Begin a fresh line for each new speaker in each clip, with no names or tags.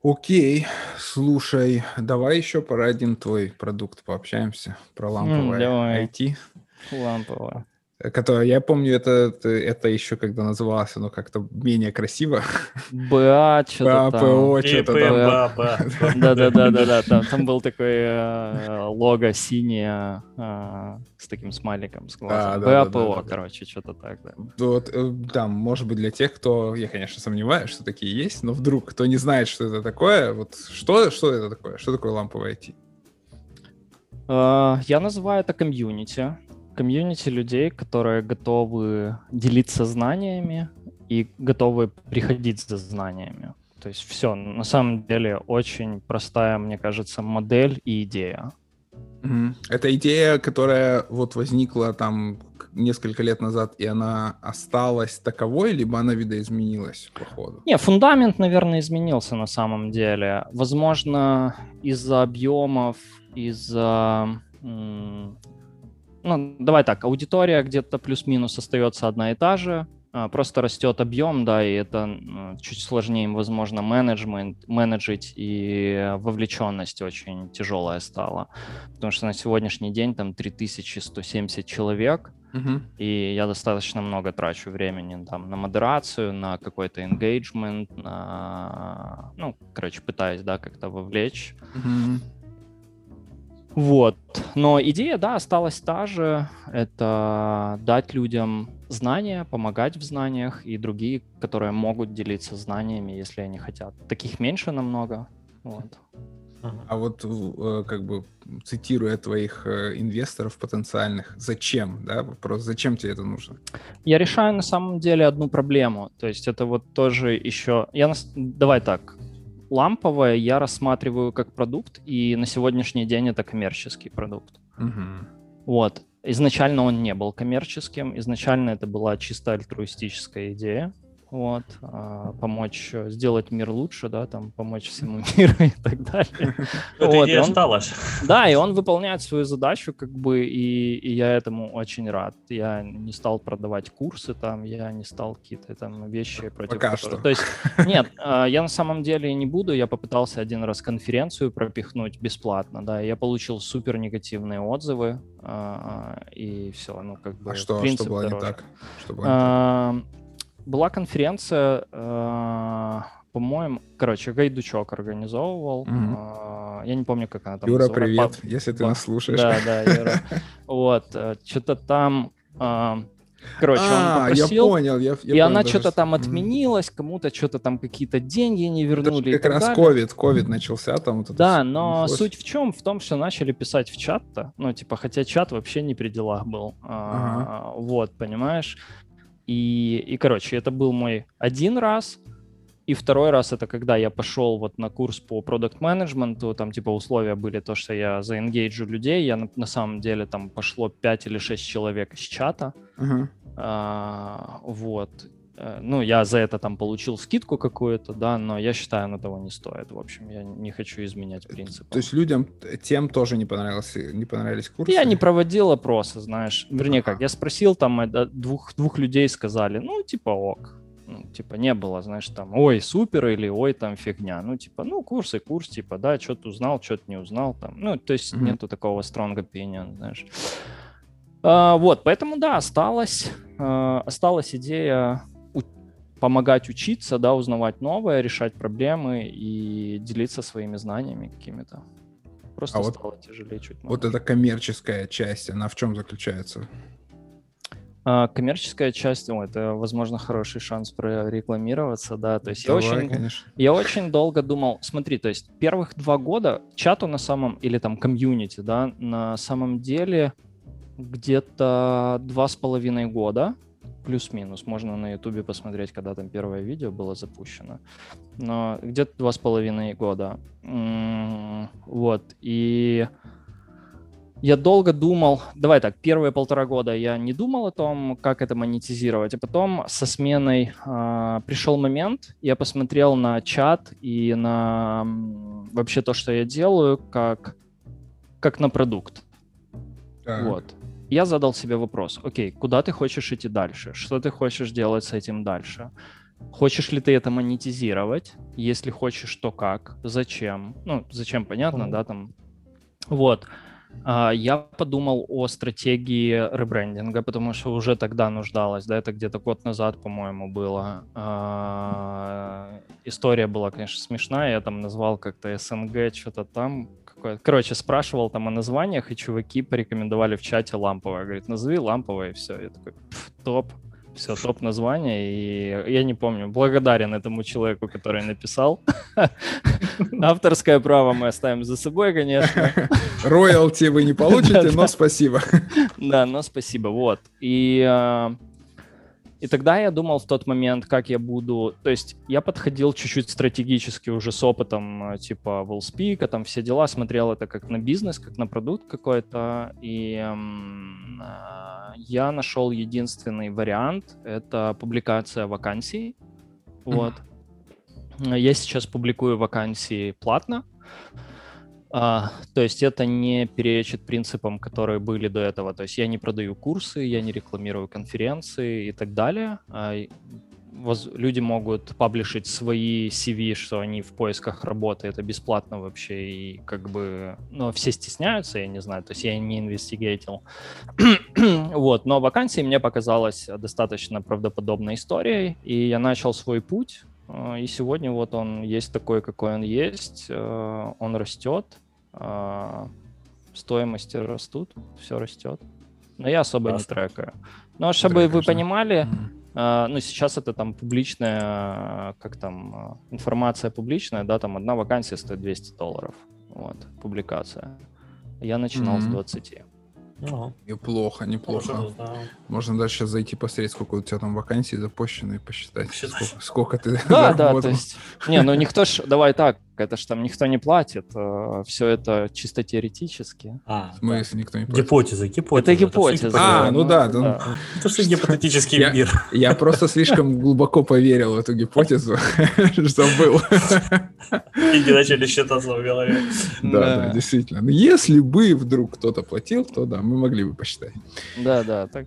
Окей, слушай, давай еще про один твой продукт пообщаемся, про ламповое
Давай,
IT.
лампово.
Которое, я помню, это еще когда называлось оно как-то менее красиво.
БА, что-то там.
ПО, что-то там.
Да. Там был такой лого синее с таким смайликом, с глазом. БАПО,
Да.
короче, что-то так, да.
Вот, там, может быть, для тех, кто, я, конечно, сомневаюсь, что такие есть, но вдруг кто не знает, что это такое, вот что это такое? Что такое ламповое IT?
Я называю это комьюнити. Комьюнити людей, которые готовы делиться знаниями и готовы приходить за знаниями. То есть все, на самом деле, очень простая, мне кажется, модель и идея.
Это идея, которая вот возникла там несколько лет назад, и она осталась таковой, либо она видоизменилась по ходу?
Не, фундамент, наверное, изменился на самом деле. Возможно, из-за объемов, из-за... Ну, давай так, аудитория где-то плюс-минус остается одна и та же, просто растет объем, да, и это чуть сложнее, возможно, менеджить, и вовлеченность очень тяжелая стала. Потому что на сегодняшний день там 3170 человек, и я достаточно много трачу времени там на модерацию, на какой-то engagement, ну, короче, пытаюсь, да, как-то вовлечь. Вот. Но идея, да, осталась та же. Это дать людям знания, помогать в знаниях, и другие, которые могут делиться знаниями, если они хотят. Таких меньше намного. Вот.
А вот как бы цитируя твоих инвесторов потенциальных, зачем, да, вопрос, зачем тебе это нужно?
Я решаю на самом деле одну проблему. То есть это вот тоже еще... Давай так. Ламповое я рассматриваю как продукт, и на сегодняшний день это коммерческий продукт. Вот. Изначально он не был коммерческим, изначально это была чисто альтруистическая идея. Вот, помочь сделать мир лучше, да, там, помочь всему миру и так далее.
Эта идея осталась.
Да, и он выполняет свою задачу, как бы, и я этому очень рад. Я не стал продавать курсы там, я не стал какие-то там вещи против
Пока
которых...
что.
То есть, нет, я на самом деле не буду, я попытался один раз конференцию пропихнуть бесплатно, да, я получил супер негативные отзывы, и все, ну, как бы,
что
принцип
было
дороже.
не так? Что было не так?
Была конференция, по-моему, короче, Гайдучок организовывал. Я не помню, как она там
Юра,
называлась.
привет, если ты нас слушаешь.
Да, Юра. Вот, что-то там... Короче, он попросил,
я понял,
и она что-то там отменилась, кому-то что-то там какие-то деньги не вернули.
Это как раз ковид начался там. Вот
да, но суть в чем? В том, что начали писать в чат-то, ну, типа, хотя чат вообще не при делах был. Вот, понимаешь? И, короче, это был мой один раз, и второй раз это когда я пошел вот на курс по продакт-менеджменту, там типа условия были то, что я заэнгейджу людей, я на самом деле там пошло 5 или 6 человек из чата, вот. Ну, я за это там получил скидку какую-то, да, но я считаю, оно того не стоит. В общем, я не хочу изменять принципы.
То есть людям тем тоже не понравились курсы?
Я не проводил опросы, знаешь. Вернее, как, я спросил там, двух людей сказали, ну, типа, ок. Ну, типа, не было, знаешь, там, ой, супер, или ой, там, фигня. Ну, типа, ну, курс, типа, да, что-то узнал, что-то не узнал, там. Ну, то есть нету такого strong opinion, знаешь. Вот, поэтому, да, осталась идея помогать учиться, да, узнавать новое, решать проблемы и делиться своими знаниями какими-то. Просто стало тяжелее чуть.
Вот эта коммерческая часть, она в чем заключается?
Коммерческая часть, это, возможно, хороший шанс прорекламироваться, да, то есть
Давай,
я очень долго думал, смотри, то есть первых 2 года чату на самом, или там комьюнити, да, на самом деле где-то 2,5 года, плюс-минус, можно на ютубе посмотреть, когда там первое видео было запущено, но где-то 2,5 года, вот, и я долго думал, давай так, первые 1,5 года я не думал о том, как это монетизировать, а потом со сменой пришел момент, я посмотрел на чат и на вообще то, что я делаю, как на продукт. Вот. Я задал себе вопрос, окей, куда ты хочешь идти дальше? Что ты хочешь делать с этим дальше? хочешь ли ты это монетизировать, если хочешь, то как, зачем, ну, зачем, понятно, да, там, вот. Я подумал о стратегии ребрендинга, потому что уже тогда нуждалась, да, это где-то год назад, по-моему, было. История была, конечно, смешная, я там назвал как-то СНГ, что-то там. Короче, спрашивал там о названиях, и чуваки порекомендовали в чате ламповое. Говорит, назови ламповое, и все. Я такой, топ. Все, топ название, и я не помню, благодарен этому человеку, который написал. Авторское право мы оставим за собой, конечно.
Роялти вы не получите, но спасибо.
Да, но спасибо, вот. И тогда я думал в тот момент, как я буду... То есть я подходил чуть-чуть стратегически уже с опытом типа WellSpeak, там все дела, смотрел это как на бизнес, как на продукт какой-то, и я нашел единственный вариант — это публикация вакансий. Вот. Я сейчас публикую вакансии платно. То есть это не перечит принципам, которые были до этого. То есть я не продаю курсы, я не рекламирую конференции и так далее. Люди могут паблишить свои CV, что они в поисках работы, это бесплатно вообще, и как бы, ну, все стесняются, я не знаю, то есть я не инвестигейтил. Вот, но вакансии мне показалась достаточно правдоподобной историей, и я начал свой путь, и сегодня вот он есть такой, какой он есть, он растет, стоимости растут, все растет, но я особо не трекаю. Но чтобы вы понимали, ну, сейчас это там публичная, как там, информация публичная, да, там одна вакансия стоит $200, вот, публикация. Я начинал с 20.
Неплохо. Можно даже сейчас зайти посмотреть, сколько у тебя там вакансий запущено, и посчитать, сколько ты заработал.
Да, то есть, не, ну никто ж, давай так, это ж там никто не платит, все это чисто теоретически.
В смысле никто не платит?
Гипотеза.
Это гипотеза.
Ну да.
Это все гипотетический мир.
Я просто слишком глубоко поверил в эту гипотезу, что был.
И начали считаться в голове.
Да, действительно. Но если бы вдруг кто-то платил, то да, мы могли бы посчитать.
Да, так.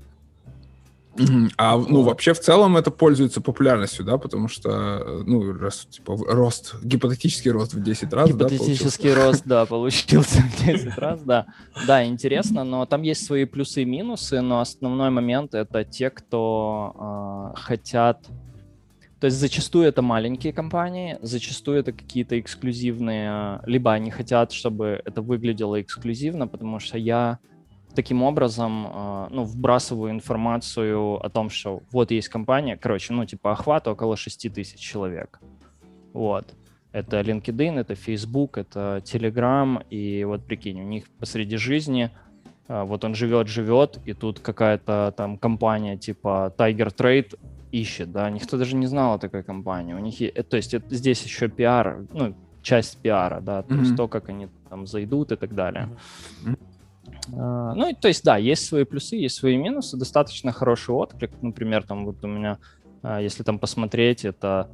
Ну, вообще, в целом это пользуется популярностью, да, потому что, ну, раз, типа, гипотетический рост в 10 раз,
гипотетический рост, да, получился в 10 раз, да. Да, интересно, но там есть свои плюсы и минусы, но основной момент — это те, кто хотят... То есть зачастую это маленькие компании, зачастую это какие-то эксклюзивные... Либо они хотят, чтобы это выглядело эксклюзивно, потому что я... Таким образом, ну, вбрасываю информацию о том, что вот есть компания, короче, ну, типа охват около 6000 человек. Вот. Это LinkedIn, это Facebook, это Telegram, и вот прикинь, у них посреди жизни, вот он живет, и тут какая-то там компания типа Tiger Trade ищет, да, никто даже не знал о такой компании. У них, то есть здесь еще пиар, ну, часть пиара, да, то есть то, как они там зайдут и так далее. Ну, то есть, да, есть свои плюсы, есть свои минусы, достаточно хороший отклик, например, там вот у меня, если там посмотреть, это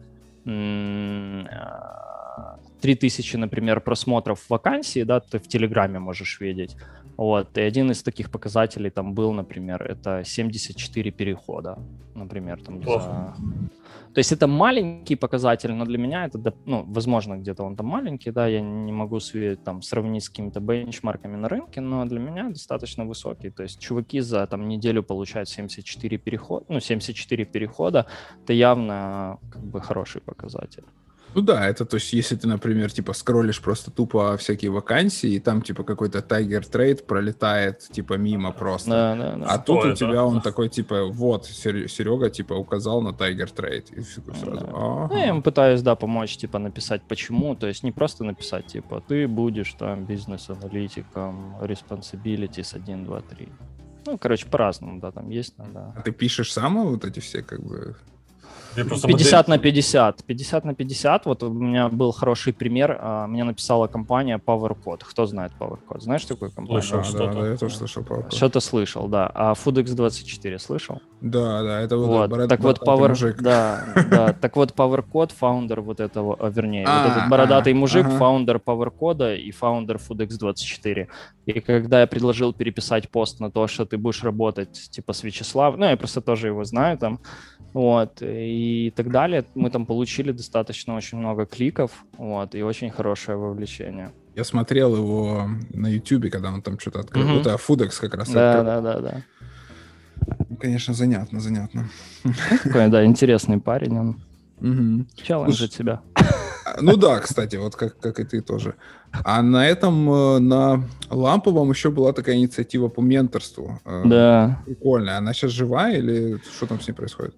3000, например, просмотров вакансии, да, ты в Телеграме можешь видеть, вот, и один из таких показателей там был, например, это 74 перехода, например, там, То есть это маленький показатель, но для меня это, ну, возможно, где-то он там маленький, да, я не могу там сравнить с какими-то бенчмарками на рынке, но для меня достаточно высокий. То есть чуваки за там неделю получают 74 перехода, ну, 74 перехода, это явно как бы хороший показатель.
Ну да, это, то есть, если ты, например, типа, скроллишь просто тупо всякие вакансии, и там, типа, какой-то Tiger Trade пролетает, типа, мимо просто.
Да.
А тут у тебя он такой, типа, вот, Серега, типа, указал на Tiger Trade. И все сразу,
Ну, я им пытаюсь, да, помочь, типа, написать почему, то есть не просто написать, типа, ты будешь там бизнес-аналитиком, responsibilities 1, 2, 3. Ну, короче, по-разному, да, там есть, да.
А ты пишешь сам вот эти все, как бы...
50 на 50. 50 на 50. Вот у меня был хороший пример. Мне написала компания PowerCode. Кто знает PowerCode? Знаешь такую компанию?
Слышал, да, я тоже слышал PowerCode.
Что-то слышал, да. А FoodX24 слышал?
Да, это
вот. Так вот,
мужик.
Да. Так вот, PowerCode, фаундер вот этого, вернее, вот этот бородатый мужик, фаундер PowerCode и фаундер FoodX24. И когда я предложил переписать пост на то, что ты будешь работать, типа, с Вячеславом, ну, я просто тоже его знаю там, вот, и так далее. Мы там получили достаточно очень много кликов, вот, и очень хорошее вовлечение.
Я смотрел его на YouTube, когда он там что-то открыл.
Мгм.
Это Фудекс как раз
Да,
открыл.
да.
Ну, конечно, занятно.
Такой, да, интересный парень, он
Мгм.
челленджит себя.
Ну да, кстати, вот как и ты тоже. А на этом, на Ламповом еще была такая инициатива по менторству.
Да.
Прикольная. Она сейчас живая или что там с ней происходит?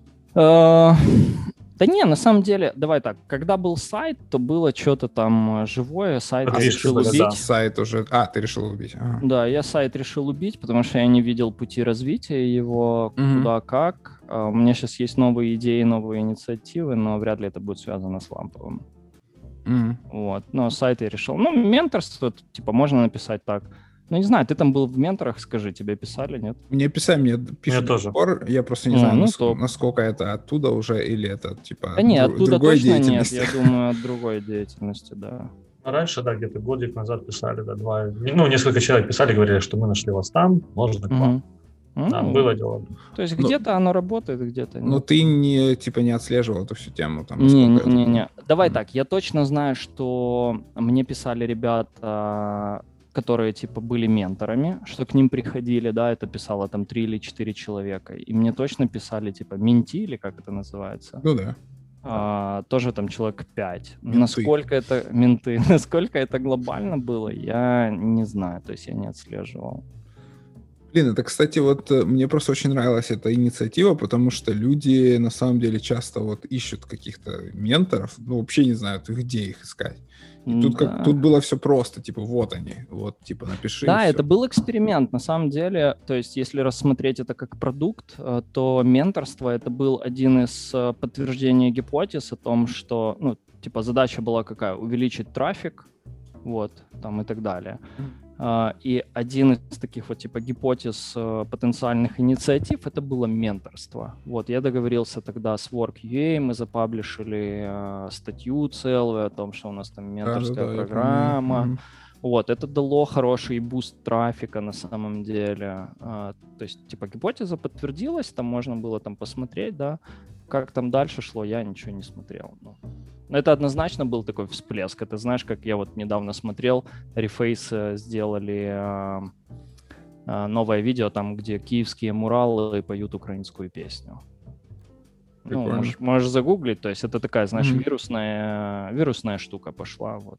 Да не, на самом деле, давай так, когда был сайт, то было что-то там живое, сайт я
Подвижка
решил
была,
убить.
да.
Сайт уже... ты решил убить. Ага.
Да, я сайт решил убить, потому что я не видел пути развития его,
Мгм.
куда, как. У меня сейчас есть новые идеи, новые инициативы, но вряд ли это будет связано с Ламповым.
Мгм.
Вот, но сайт я решил. Ну, менторство, типа, можно написать так. Ну, не знаю, ты там был в менторах, скажи, тебе писали, нет?
Мне писали, мне пишут до
тоже.
сих пор. Я просто не знаю,
Ну, топ.
насколько это оттуда уже или это типа
Да нет, оттуда
другой
точно нет,
деятельности.
я думаю, от другой деятельности, да.
Раньше, да, где-то годик назад писали, да, несколько человек писали, говорили, что мы нашли вас там, можно к вам.
Мгм.
Да,
Ну,
было дело.
то есть
Ну,
где-то оно работает, где-то нет.
Но ты не отслеживал эту всю тему? Там, насколько это было?
Не. Давай
Мгм.
так, я точно знаю, что мне писали ребята, которые типа были менторами, что к ним приходили, да, это писало там 3 или 4 человека, и мне точно писали типа менти, или как это называется,
Ну да.
тоже там человек 5.
Менты.
Насколько это менты, насколько это глобально было, я не знаю, то есть я не отслеживал.
Блин, это, кстати, вот мне просто очень нравилась эта инициатива, потому что люди на самом деле часто вот ищут каких-то менторов, ну вообще не знают, где их искать. И тут,
Да.
тут было все просто, типа вот они, вот типа напиши.
Да,
и
это
всё.
был эксперимент, на самом деле. То есть, если рассмотреть это как продукт, то менторство — это был один из подтверждений гипотез о том, что, ну, типа, задача была какая? Увеличить трафик, вот, там и так далее. И один из таких вот, типа, гипотез потенциальных инициатив — это было менторство. Вот, я договорился тогда с Work.ua, мы запаблишили статью целую о том, что у нас там менторская
Да-да-да, я
программа.
помню. Мгм.
Вот, это дало хороший буст трафика на самом деле. То есть, типа, гипотеза подтвердилась, там можно было там посмотреть, да. Как там дальше шло, я ничего не смотрел. Но это однозначно был такой всплеск. Это знаешь, как я вот недавно смотрел, Reface сделали новое видео, там, где киевские муралы поют украинскую песню. Ну,
Прикольно.
можешь загуглить, то есть это такая, знаешь,
Мгм.
вирусная штука пошла, вот.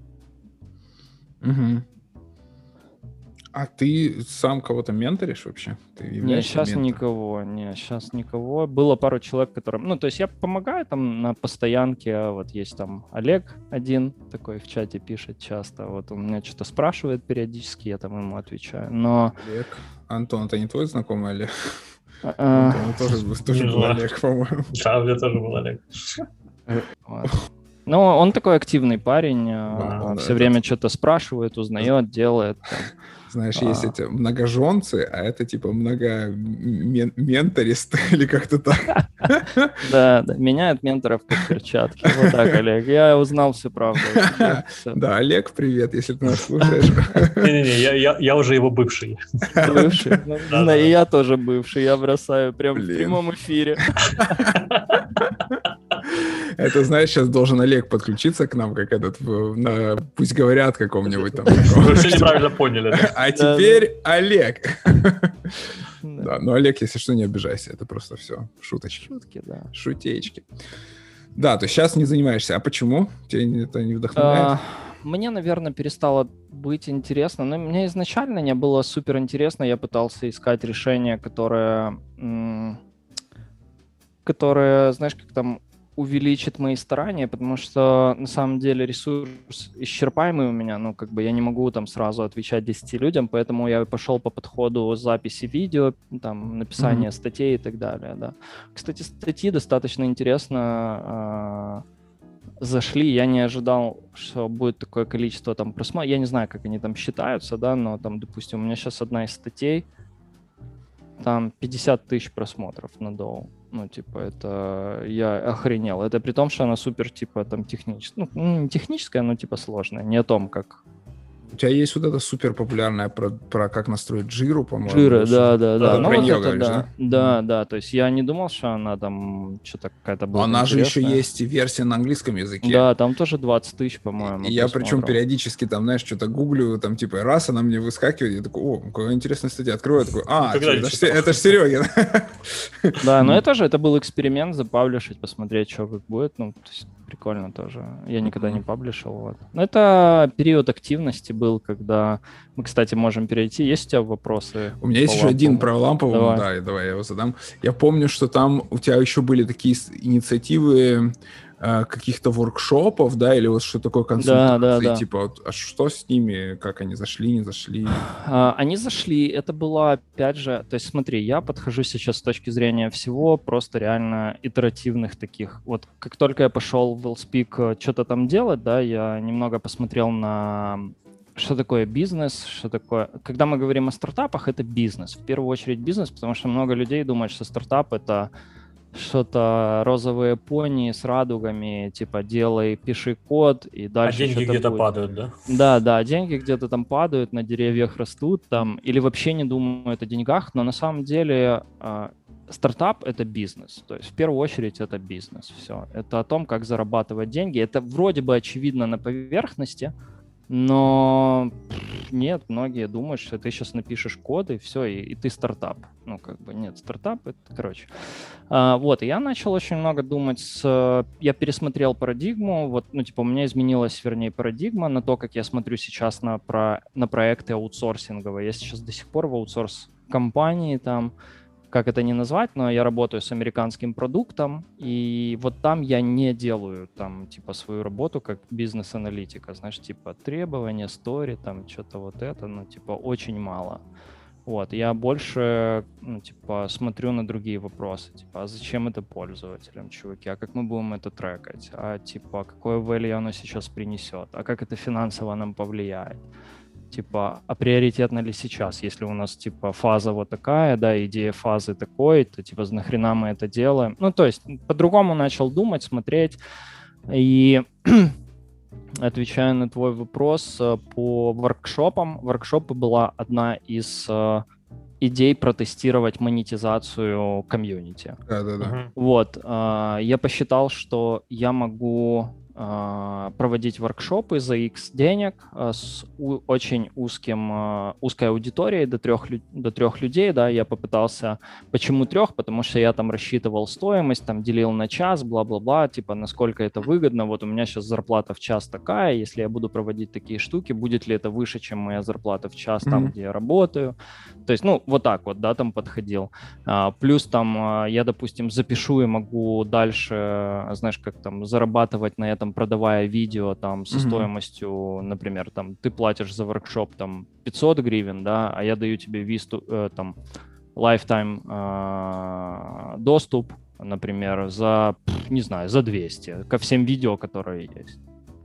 Мгм. А ты сам кого-то менторишь вообще? Ты
Не,
являешься
сейчас
ментором?
сейчас никого. Было пару человек, которым... Ну, то есть я помогаю там на постоянке, вот есть там Олег один такой в чате пишет часто, вот он меня что-то спрашивает периодически, я там ему отвечаю, но...
Олег. Антон, это не твой знакомый Олег?
а,
Антон тоже
Не
был
знаю.
Олег, по-моему.
Да, у меня тоже был Олег.
вот. Ну, он такой активный парень,
Да,
все
этот-
время что-то спрашивает, узнает, делает. там.
Знаешь, есть эти многоженцы, а это типа менторист или как-то так.
Да, меняет менторов как перчатки. Вот так, Олег. Я узнал всю правду о тебе. Всё.
Да, Олег, привет, если ты нас слушаешь.
Не-не-не, я уже его бывший.
Бывший. Ну,
Да,
знаю,
да.
и я тоже бывший. Я бросаю прям в
Блин.
прямом эфире.
Это, знаешь, сейчас должен Олег подключиться к нам, как этот, пусть говорят каком-нибудь там.
Вы все неправильно поняли. Да?
А теперь Олег.
Да.
Да, но Олег, если что, не обижайся, это просто все шуточки,
Шутки, да.
шутеечки. Да, то есть сейчас не занимаешься. А почему? Тебе это не вдохновляет?
Мне, наверное, перестало быть интересно. Но мне изначально не было супер интересно. Я пытался искать решение, которое, знаешь, как там увеличит мои старания, потому что на самом деле ресурс исчерпаемый у меня, ну, как бы я не могу там сразу отвечать 10 людям, поэтому я пошел по подходу записи видео, там, написания статей и так далее, да. Кстати, статьи достаточно интересно зашли, я не ожидал, что будет такое количество там просмотров, я не знаю, как они там считаются, да, но там, допустим, у меня сейчас одна из статей, там 50 тысяч просмотров на Доу. Ну, типа, это я охренел. Это при том, что она супер, типа, там, техническая. Ну, не техническая, но, типа, сложная. Не о том, как
У тебя есть вот эта супер популярная про как настроить Jira, по-моему.
Jira, да.
Ну, про нее говоришь, да?
Да. То есть я не думал, что она там что-то какая-то будет
она
интересная.
же еще есть и версия на английском языке.
Да, там тоже 20 тысяч, по-моему.
И я причем периодически там, знаешь, что-то гуглю, там типа раз она мне выскакивает, я такой, о, какая интересная статья, открою, такой, это ж Серегин.
Да, но это был эксперимент запаблишить, посмотреть, что как будет. Ну, то есть прикольно тоже. Я никогда не паблишил. Вот. Но это период активности был, когда мы, кстати, можем перейти. Есть у тебя вопросы?
У меня есть еще один про Лампову. Давай я его задам. Я помню, что там у тебя еще были такие инициативы каких-то воркшопов, да, или вот что такое консультации,
да.
Типа, вот, а что с ними, как они зашли, не зашли?
Они зашли, это было, опять же, то есть смотри, я подхожу сейчас с точки зрения всего просто реально итеративных таких. Вот как только я пошел в WellSpeak что-то там делать, да, я немного посмотрел на что такое бизнес, что такое... Когда мы говорим о стартапах, это бизнес. В первую очередь бизнес, потому что много людей думают, что стартап — это что-то розовые пони с радугами, типа делай, пиши код и дальше.
А деньги где-то падают,
да? Да, деньги где-то там падают, на деревьях растут там, или вообще не думают о деньгах, но на самом деле стартап — это бизнес, то есть в первую очередь это бизнес, все. Это о том, как зарабатывать деньги. Это вроде бы очевидно на поверхности, но нет, многие думают, что ты сейчас напишешь код, и все, и ты стартап. Ну, как бы нет, стартап, это, короче. Вот, и я начал очень много думать я пересмотрел парадигму, вот, ну, типа, у меня изменилась, вернее, парадигма на то, как я смотрю сейчас на проекты аутсорсинговые. Я сейчас до сих пор в аутсорс-компании там, как это ни назвать, но я работаю с американским продуктом, и вот там я не делаю там типа свою работу как бизнес-аналитика, знаешь, типа требования, стори, там что-то вот это, ну типа очень мало. Вот, я больше, ну, типа, смотрю на другие вопросы, типа, а зачем это пользователям, чуваки, а как мы будем это трекать, а типа, какое value оно сейчас принесет, а как это финансово нам повлияет. Типа, а приоритетно ли сейчас, если у нас, типа, фаза вот такая, да, идея фазы такой, то, типа, нахрена мы это делаем? Ну, то есть, по-другому начал думать, смотреть, и отвечая на твой вопрос по воркшопам, воркшопы была одна из идей протестировать монетизацию комьюнити.
Да.
Вот, я посчитал, что я могу проводить воркшопы за X денег с очень узкой аудиторией до трех людей, да, я попытался, почему 3, потому что я там рассчитывал стоимость, там делил на час, бла-бла-бла, типа, насколько это выгодно, вот у меня сейчас зарплата в час такая, если я буду проводить такие штуки, будет ли это выше, чем моя зарплата в час там, где я работаю, то есть, ну, вот так вот, да, там подходил, плюс там я, допустим, запишу и могу дальше, знаешь, как там, зарабатывать на этом, продавая видео там со стоимостью, например, там ты платишь за воркшоп там 500 гривен, да, а я даю тебе там lifetime доступ, например, за, не знаю, за 200 ко всем видео, которые есть.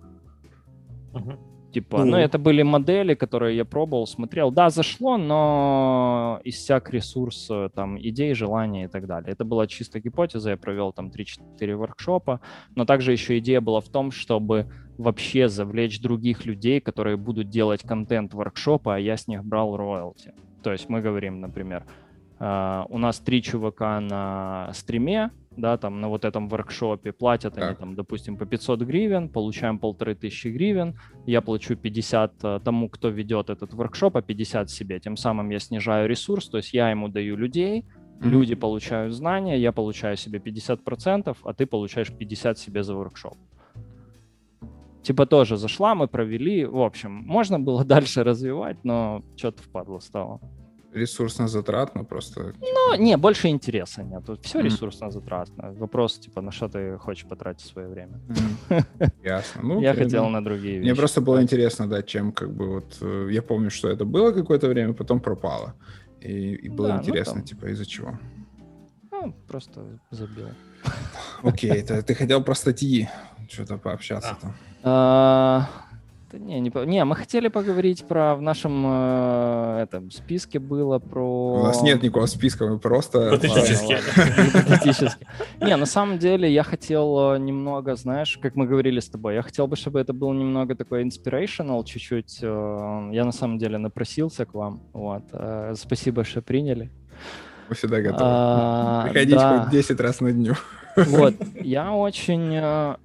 Типа, ну, это были модели, которые я пробовал, смотрел. Да, зашло, но иссяк ресурс там идей, желаний и так далее. Это была чисто гипотеза, я провел там 3-4 воркшопа, но также еще идея была в том, чтобы вообще завлечь других людей, которые будут делать контент воркшопа, а я с них брал роялти. То есть мы говорим, например, у нас 3 чувака на стриме, да, там на вот этом воркшопе, платят они там, допустим, по 500 гривен, получаем 1500 гривен, я плачу 50 тому, кто ведет этот воркшоп, а 50 себе, тем самым я снижаю ресурс, то есть я ему даю людей, люди получают знания, я получаю себе 50%, а ты получаешь 50 себе за воркшоп. Типа тоже зашла, мы провели, в общем, можно было дальше развивать, но что-то впадло стало.
Ресурсно затратно просто.
Ну, не, больше интереса нет. Тут все ресурсно затратно. Вопрос, типа, на что ты хочешь потратить свое время.
Ясно. Ну,
я хотел на другие вещи.
Мне просто было интересно, да, чем как бы вот... Я помню, что это было какое-то время, потом пропало. И было интересно, типа, из-за чего.
Ну, просто забил.
Окей, ты хотел про статьи что-то пообщаться там.
Да не, мы хотели поговорить про... В нашем этом списке было про...
У нас нет никакого списка, мы просто...
Гипотетически. Не, на самом деле я хотел немного, знаешь, как мы говорили с тобой, я хотел бы, чтобы это был немного такой inspirational чуть-чуть. Я на самом деле напросился к вам. Вот. Спасибо, что приняли.
Мы всегда готовы. Приходить хоть 10 раз на дню.
Вот, я очень...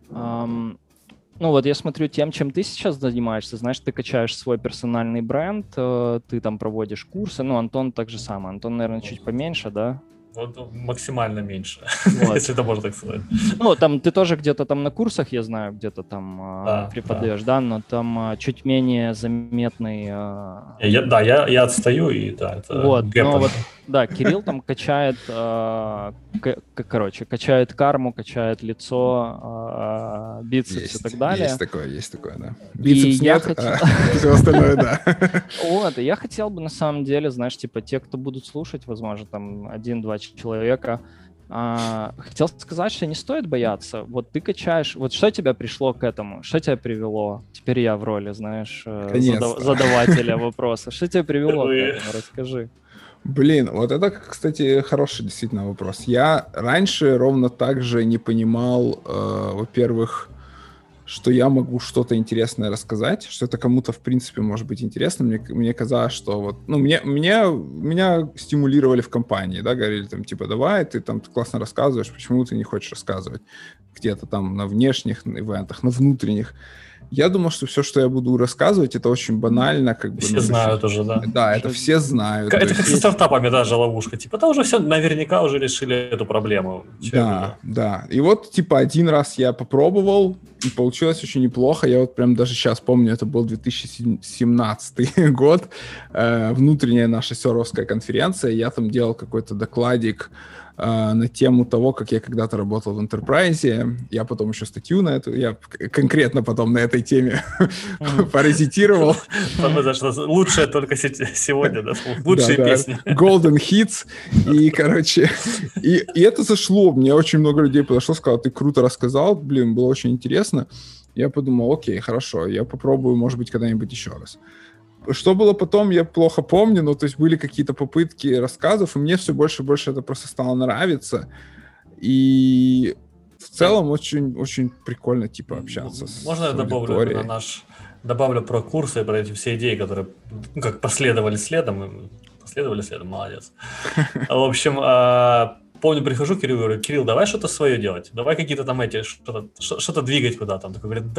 Ну вот я смотрю тем, чем ты сейчас занимаешься, знаешь, ты качаешь свой персональный бренд, ты там проводишь курсы, ну Антон так же самое, Антон, наверное, чуть поменьше, да?
Вот максимально меньше, вот. Если это можно так сказать.
Ну, там ты тоже где-то там на курсах, я знаю, где-то там преподаешь, да, но там чуть менее заметный...
Я отстаю, и да, это
вот, но вот, да, Кирилл там качает, качает карму, качает лицо, бицепс и так далее.
Есть такое, да. Бицепс нет, все остальное, да.
Вот, и я хотел бы, на самом деле, знаешь, типа, те, кто будут слушать, возможно, там, 1-2 человека, хотел сказать, что не стоит бояться. Вот ты качаешь, вот что тебя пришло к этому? Что тебя привело? Теперь я в роли, знаешь, задавателя вопроса. Что тебя привело к этому? Расскажи.
Блин, вот это, кстати, хороший действительно вопрос. Я раньше ровно так же не понимал, во-первых, что я могу что-то интересное рассказать, что это кому-то, в принципе, может быть интересно. Мне казалось, что вот... Ну, меня стимулировали в компании, да, говорили там, типа, давай, ты там классно рассказываешь, почему ты не хочешь рассказывать где-то там на внешних ивентах, на внутренних. Я думал, что все, что я буду рассказывать, это очень банально. Как бы,
все знают уже, да?
Да, это все знают.
Это как со стартапами даже ловушка. Типа, да уже все наверняка уже решили эту проблему.
Да. И вот, типа, один раз я попробовал, и получилось очень неплохо. Я вот прям даже сейчас помню, это был 2017 год, внутренняя наша серверская конференция. Я там делал какой-то докладик на тему того, как я когда-то работал в Enterprise. Я потом еще статью на эту, я конкретно потом на этой теме паразитировал.
Лучшее только сегодня, да? Лучшие песни.
Golden Hits. И, короче, и это зашло. Мне очень много людей подошло, сказал, ты круто рассказал, блин, было очень интересно. Я подумал, окей, хорошо, я попробую, может быть, когда-нибудь еще раз. Что было потом, я плохо помню, но то есть были какие-то попытки рассказов, и мне все больше и больше это просто стало нравиться. И в целом очень прикольно, типа, общаться
Можно
с аудиторией.
Добавлю про курсы, про эти все идеи, которые, ну, как последовали следом, молодец. В общем, помню, прихожу к Кириллу, говорю, Кирилл, давай что-то свое делать, давай какие-то там что-то двигать куда-то. Он такой говорит,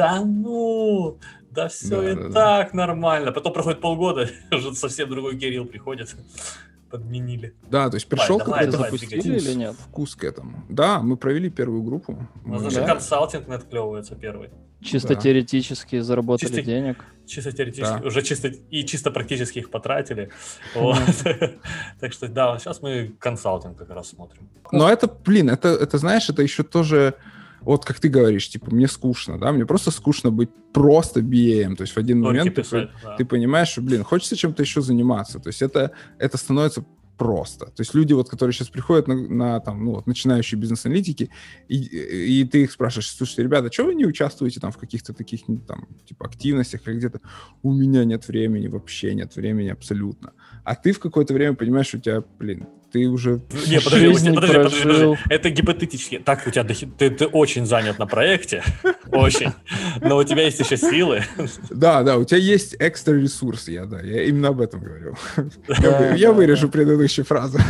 да все так нормально. Потом проходит полгода, уже совсем другой Кирилл приходит, подменили.
Да, то есть пришел какой-то
запустили или нет?
Вкус к этому. Да, мы провели первую группу.
У нас даже консалтинг отклевывается первый.
Чисто теоретически заработали денег.
Чисто теоретически, уже чисто практически их потратили. Так что да, сейчас мы консалтинг как раз смотрим.
Но это, блин, это знаешь, это еще тоже, вот как ты говоришь, типа, мне скучно, да, мне просто скучно быть просто BA-ем, то есть в один момент ты понимаешь, что, блин, хочется чем-то еще заниматься, то есть это становится просто. То есть люди, вот, которые сейчас приходят на там, ну, вот, начинающие бизнес-аналитики, и ты их спрашиваешь, слушайте, ребята, что вы не участвуете там в каких-то таких там, типа, активностях, как где-то? У меня нет времени, вообще нет времени абсолютно. А ты в какое-то время понимаешь, что у тебя, блин, ты уже...
Не, подожди. Это гипотетически. Так, у тебя ты очень занят на проекте, очень, но у тебя есть еще силы.
Да, у тебя есть экстра ресурсы, я именно об этом говорю. Я вырежу предыдущую фразу.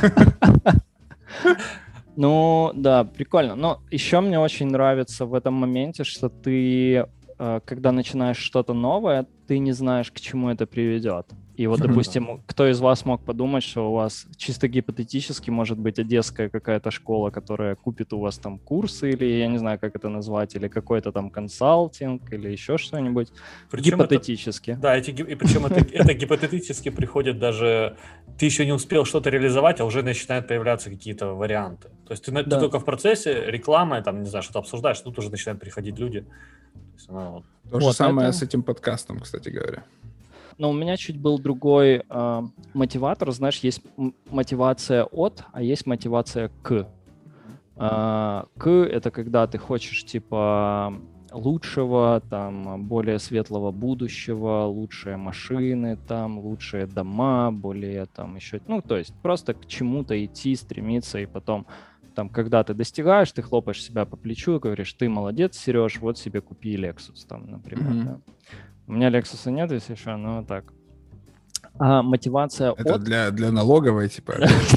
Ну, да, прикольно. Но еще мне очень нравится в этом моменте, что ты, когда начинаешь что-то новое, ты не знаешь, к чему это приведет. И вот, допустим, кто из вас мог подумать, что у вас чисто гипотетически может быть одесская какая-то школа, которая купит у вас там курсы, или я не знаю, как это назвать, или какой-то там консалтинг, или еще что-нибудь.
Причем
гипотетически.
И причем это гипотетически приходит даже... Ты еще не успел что-то реализовать, а уже начинают появляться какие-то варианты. То есть ты только в процессе рекламы, там, не знаю, что-то обсуждаешь, тут уже начинают приходить люди.
То же самое с этим подкастом, кстати говоря.
Но у меня чуть был другой мотиватор. Знаешь, есть мотивация от, а есть мотивация к. К — это когда ты хочешь, типа, лучшего, там, более светлого будущего, лучшие машины, там, лучшие дома, более там еще, ну, то есть просто к чему-то идти, стремиться, и потом, там, когда ты достигаешь, ты хлопаешь себя по плечу и говоришь, ты молодец, Сереж, вот себе купи Lexus, там, например, да. У меня Lexus нет, если что, но так. А мотивация
Это
от...
для налоговой, типа.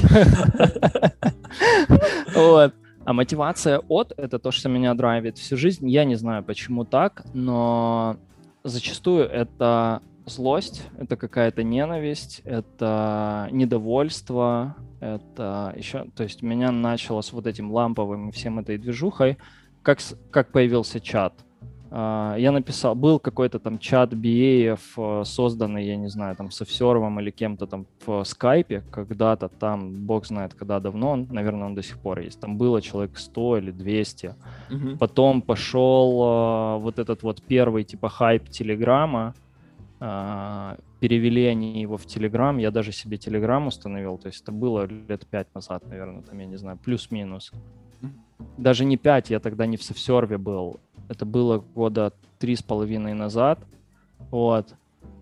Вот. А мотивация от — это то, что меня драйвит всю жизнь. Я не знаю, почему так, но зачастую это злость, это какая-то ненависть, это недовольство, это еще... То есть у меня начало с вот этим ламповым и всем этой движухой, как появился чат. Я написал, был какой-то там чат BA, созданный, я не знаю, там, Софсервом или кем-то там в скайпе, когда-то там, бог знает когда, давно, наверное, он до сих пор есть. Там было человек 100 или 200. Потом пошел вот этот вот первый типа хайп Телеграма, перевели они его в Телеграм, я даже себе Телеграм установил, то есть это было лет 5 назад, наверное, там, я не знаю, плюс-минус. Даже не 5, я тогда не в Софсерве был. Это было года 3,5 назад. Вот.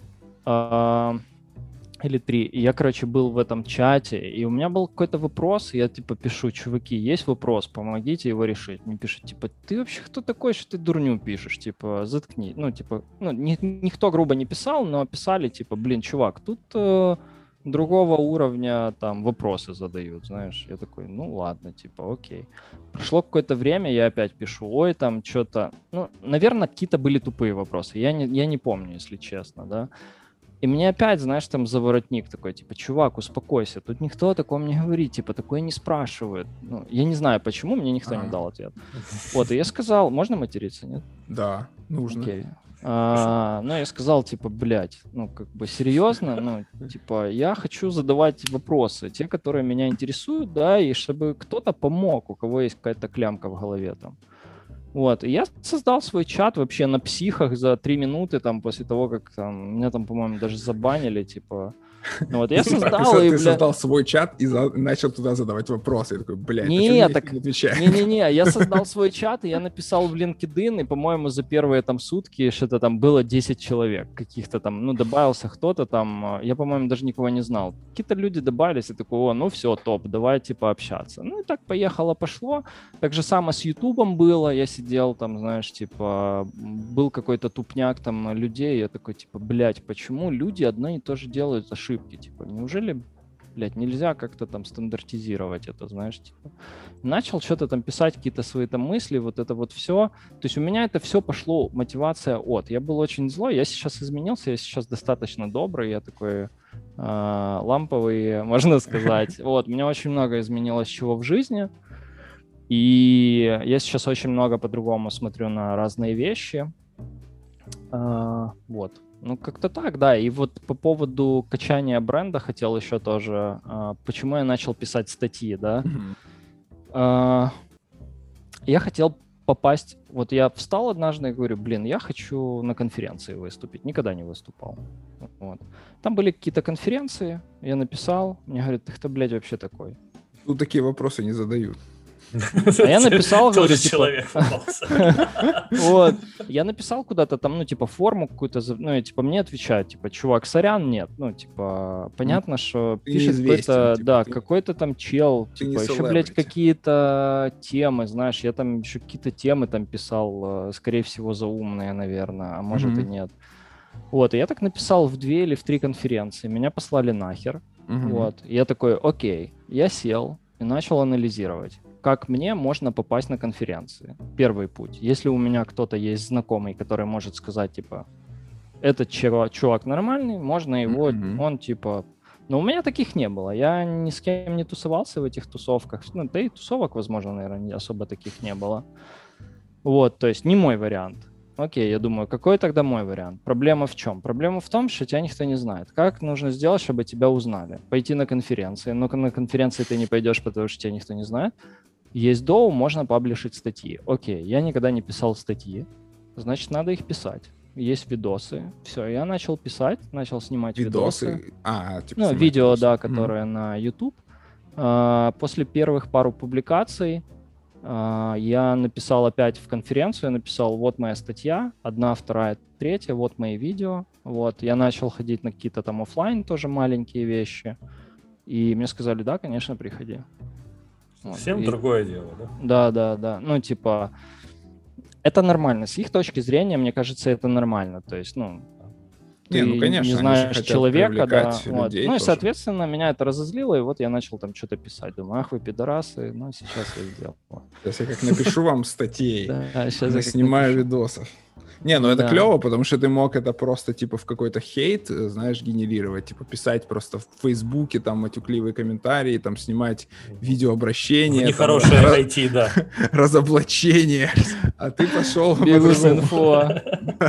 Или 3. И я, короче, был в этом чате, и у меня был какой-то вопрос, и я, типа, пишу, чуваки, есть вопрос, помогите его решить. Мне пишут, типа, ты вообще кто такой, что ты дурню пишешь? Типа, заткни. Ну, типа, ну, никто грубо не писал, но писали, типа, блин, чувак, тут... другого уровня там вопросы задают, знаешь. Я такой, ну ладно, типа, окей. Прошло какое-то время, я опять пишу, ой, там что-то... Ну, наверное, какие-то были тупые вопросы. Я не помню, если честно, да. И мне опять, знаешь, там заворотник такой, типа, чувак, успокойся, тут никто о таком не говорит, типа, такое не спрашивают. Ну, я не знаю, почему, мне никто не дал ответ. Вот, и я сказал, можно материться, нет?
Да, нужно.
Окей. Ну, я сказал, типа, блядь, ну, как бы серьезно, ну, типа, я хочу задавать вопросы, те, которые меня интересуют, да, и чтобы кто-то помог, у кого есть какая-то клямка в голове там. Вот, и я создал свой чат вообще на психах за 3 минуты, там, после того, как там, меня там, по-моему, даже забанили, типа... Ну, вот я создал,
Ты создал свой чат и начал туда задавать вопросы. Я такой, блядь,
нет,
так не отвечаю?
Не-не-не, я создал свой чат, и я написал в LinkedIn, и, по-моему, за первые там сутки что-то там было 10 человек каких-то там, ну, добавился кто-то там, я, по-моему, даже никого не знал. Какие-то люди добавились, и такой, о, ну все, топ, давай, типа, общаться. Ну, и так поехало-пошло. Так же самое с Ютубом было, я сидел там, знаешь, типа, был какой-то тупняк там людей, я такой, типа, блядь, почему люди одно и то же делают ошибки? Типа, неужели, блядь, нельзя как-то там стандартизировать это, знаешь, типа. Начал что-то там писать, какие-то свои там мысли, вот это вот все. То есть у меня это все пошло, мотивация от. Я был очень злой, я сейчас изменился, я сейчас достаточно добрый, я такой ламповый, можно сказать. Вот, у меня очень много изменилось чего в жизни, и я сейчас очень много по-другому смотрю на разные вещи. Вот. Ну, как-то так, да. И вот по поводу качания бренда хотел еще тоже... почему я начал писать статьи, да? Я хотел попасть... Вот я встал однажды и говорю, блин, я хочу на конференции выступить. Никогда не выступал. Вот. Там были какие-то конференции, я написал. Мне говорят, ты кто, блядь, вообще такой?
Тут такие вопросы не задают.
А я написал, говорю,
типа... человек
вот, я написал куда-то там, ну, типа, форму какую-то, ну, и, типа, мне отвечают, типа, чувак, сорян, нет, ну, типа, понятно, что пишет какой-то, типа, да, какой-то там чел, типа, еще, блядь, какие-то темы, знаешь, я там еще какие-то темы там писал, скорее всего, заумные, наверное, а может и нет. Вот, и я так написал в 2 или в 3 конференции, меня послали нахер, вот, и я такой, окей, я сел и начал анализировать. Как мне можно попасть на конференции? Первый путь. Если у меня кто-то есть знакомый, который может сказать, типа, этот чувак нормальный, можно его, он, типа... Но у меня таких не было. Я ни с кем не тусовался в этих тусовках. Ну, да и тусовок, возможно, наверное, особо таких не было. Вот, то есть не мой вариант. Окей, я думаю, какой тогда мой вариант? Проблема в чем? Проблема в том, что тебя никто не знает. Как нужно сделать, чтобы тебя узнали? Пойти на конференции. Но на конференции ты не пойдешь, потому что тебя никто не знает. Есть доу, можно паблишить статьи. Окей, я никогда не писал статьи, значит, надо их писать. Есть видосы. Все, я начал писать, начал снимать видосы.
Типа
ну, видео, видосы. Да, которые на YouTube. После первых пару публикаций Я написал опять в конференцию, я написал, вот моя статья, 1, 2, 3, вот мои видео. Вот, я начал ходить на какие-то там офлайн тоже маленькие вещи. И мне сказали, да, конечно, приходи.
Совсем другое дело, да?
Да. Ну, типа, это нормально. С их точки зрения, мне кажется, это нормально. То есть, ну, ты
конечно,
не знаешь человека, да. Вот. Ну, и,
тоже.
соответственно, меня это разозлило, и вот я начал там что-то писать. Думаю, ах вы пидорасы, ну, сейчас я сделал.
Сейчас я как напишу вам статей,
сейчас я
снимаю видосов. Не, ну это клево, потому что ты мог это просто типа в какой-то хейт, знаешь, генерировать, типа писать просто в Фейсбуке там матюкливые комментарии, там снимать видеообращения.
Нехорошее IT, да.
Разоблачение. А ты пошел
по-другому.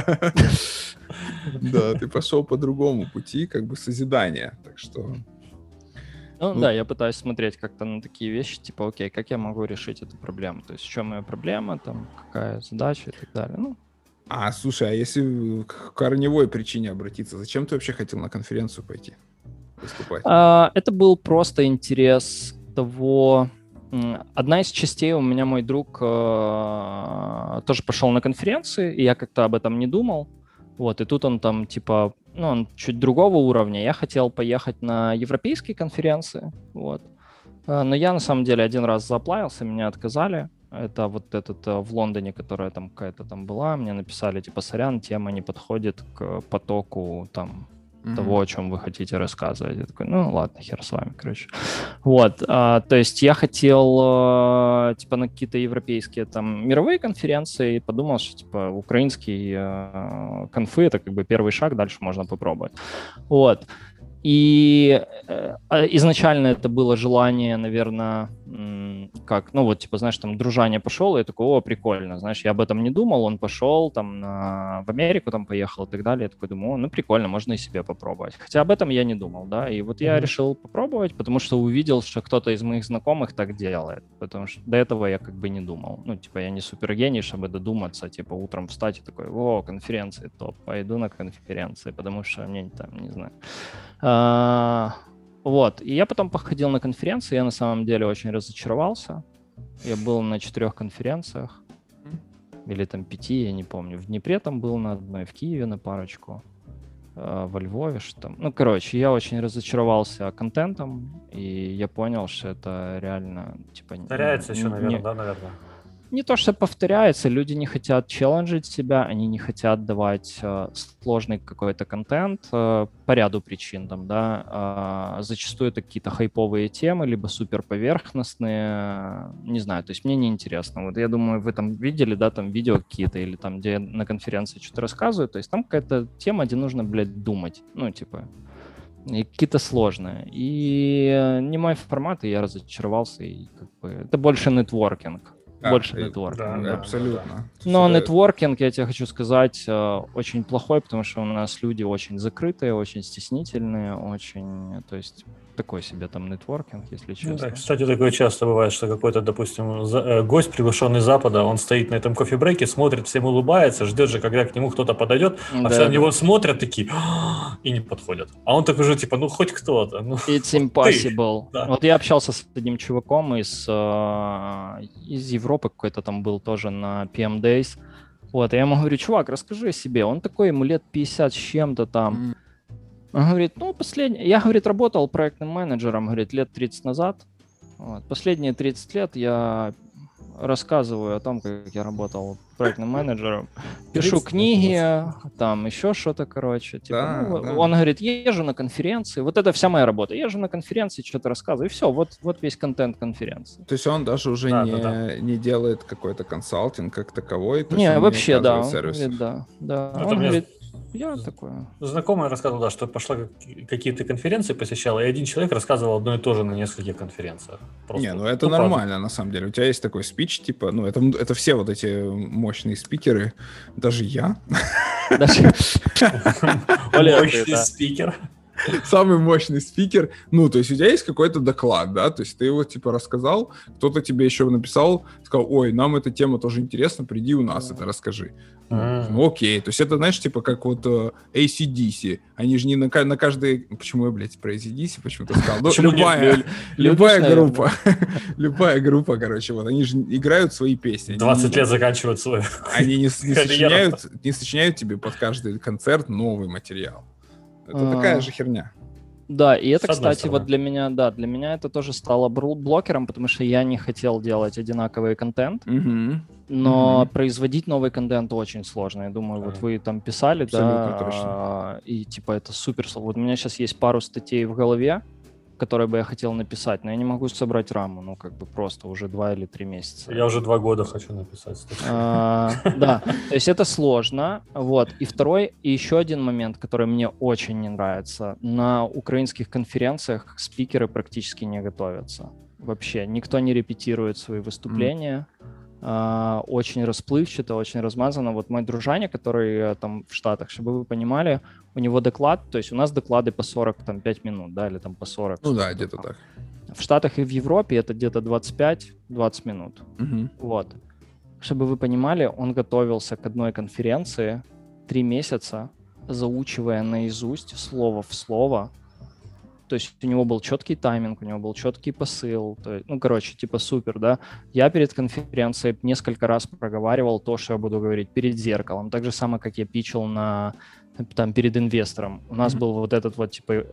Да, ты пошел по другому пути, как бы созидания. Так что...
Ну да, я пытаюсь смотреть как-то на такие вещи, типа, окей, как я могу решить эту проблему? То есть в чем моя проблема, там, какая задача и так далее. Ну,
слушай, а если к корневой причине обратиться, зачем ты вообще хотел на конференцию пойти, выступать?
Это был просто интерес того... Одна из частей у меня мой друг тоже пошел на конференции, и я как-то об этом не думал. Вот, и тут он там, типа, ну, он чуть другого уровня. Я хотел поехать на европейские конференции, вот. Но я, на самом деле, один раз заплавился, меня отказали. Это вот этот в Лондоне, которая там какая-то там была. Мне написали, типа, сорян, тема не подходит к потоку там того, о чем вы хотите рассказывать. Я такой, ну, ладно, хер с вами, короче. Вот, то есть я хотел, типа, на какие-то европейские там мировые конференции и подумал, что, типа, украинские конфы — это как бы первый шаг, дальше можно попробовать. Вот. И изначально это было желание, наверное, как, ну вот, типа, знаешь, там, дружание пошел, и я такой, о, прикольно, знаешь, я об этом не думал, он пошел, там, в Америку там поехал и так далее, я такой думаю, ну, прикольно, можно и себе попробовать. Хотя об этом я не думал, да, и вот я решил попробовать, потому что увидел, что кто-то из моих знакомых так делает, потому что до этого я как бы не думал, ну, типа, я не супергений, чтобы додуматься, типа, утром встать и такой, о, конференции, топ, пойду на конференции, потому что мне там, не знаю... Вот, и я потом походил на конференции, я на самом деле очень разочаровался. Я был на 4 конференциях, или там 5, я не помню. В Днепре там был на одной, в Киеве на парочку, во Львове что там. Ну, короче, я очень разочаровался контентом, и я понял, что это реально, типа...
Повторяется еще, наверное, да, наверное?
Не то, что повторяется, люди не хотят челленджить себя, они не хотят давать сложный какой-то контент по ряду причин, там, да, зачастую это какие-то хайповые темы, либо супер поверхностные, не знаю, то есть мне неинтересно. Вот я думаю, вы там видели, да, там видео какие-то, или там, где на конференции что-то рассказываю, то есть там какая-то тема, где нужно, блядь, думать, ну, типа, и какие-то сложные. И не мой формат, и я разочаровался, и как бы это больше нетворкинг. Больше нетворкинг.
Да, абсолютно.
Но нетворкинг, я тебе хочу сказать, очень плохой, потому что у нас люди очень закрытые, очень стеснительные, очень, то есть такой себе там нетворкинг, если честно.
Да, кстати, такое часто бывает, что какой-то, допустим, гость, приглашенный с Запада, он стоит на этом кофе-брейке, смотрит, всем улыбается, ждет же, когда к нему кто-то подойдет, а все на него смотрят такие и не подходят. А он такой же, типа, ну хоть кто-то. Ну,
It's impossible.
Да.
Вот я общался с одним чуваком из Европы, какой-то там был тоже на PM Days. Вот, я ему говорю, чувак, расскажи о себе. Он такой, ему лет 50 с чем-то там. Он говорит, ну, я, говорит, работал проектным менеджером, говорит, лет 30 назад. Вот. Последние 30 лет я рассказываю о том, как я работал проектным менеджером. Пишу книги, там еще что-то, короче. Типа,
да,
ну,
да.
Он говорит, езжу на конференции. Вот это вся моя работа. Езжу на конференции, что-то рассказываю. И все, вот весь контент конференции.
То есть он даже уже не делает какой-то консалтинг как таковой? То
не,
есть
вообще, да. Он
говорит,
да. Он говорит, я такой.
Знакомый рассказывал, да, что пошла какие-то конференции посещала, и один человек рассказывал одно и то же на нескольких конференциях.
Просто, не, ну это нормально, на самом деле. У тебя есть такой спич, типа, ну это все вот эти мощные спикеры, даже я.
Мощный спикер.
самый мощный спикер. Ну, то есть у тебя есть какой-то доклад, да, то есть ты его, типа, рассказал, кто-то тебе еще написал, сказал, ой, нам эта тема тоже интересна, приди у нас это расскажи. Ну, окей. То есть это, знаешь, типа, как вот AC/DC. Они же не на каждой... Почему я, блядь, про AC/DC почему-то сказал? Ну, любая группа. Любая группа, короче, вот. Они же играют свои песни.
20 лет заканчивают свою.
Они не сочиняют тебе под каждый концерт новый материал. Это такая же херня.
Да, и это, кстати, вот для меня это тоже стало блокером, потому что я не хотел делать одинаковый контент, но производить новый контент очень сложно. Я думаю, вот вы там писали,
абсолютно точно.
И типа это супер сложно. Вот у меня сейчас есть пару статей в голове, которые бы я хотел написать, но я не могу собрать раму, ну, как бы просто уже 2 или 3 месяца.
Я уже 2 года хочу написать статью.
Да, то есть это сложно, вот. И второй, и еще один момент, который мне очень не нравится. На украинских конференциях спикеры практически не готовятся. Вообще, никто не репетирует свои выступления. Очень расплывчато, очень размазано. Вот мой дружаня, который там в Штатах, чтобы вы понимали, у него доклад, то есть у нас доклады по 45 минут, да, или там по 40.
Ну да, где-то так.
В Штатах и в Европе это где-то 25-20 минут. Вот. Чтобы вы понимали, он готовился к одной конференции 3 месяца, заучивая наизусть слово в слово. То есть у него был четкий тайминг, у него был четкий посыл. То есть, ну, короче, типа супер, да. Я перед конференцией несколько раз проговаривал то, что я буду говорить перед зеркалом. Так же самое, как я питчил там, перед инвестором. У нас был вот этот вот, типа,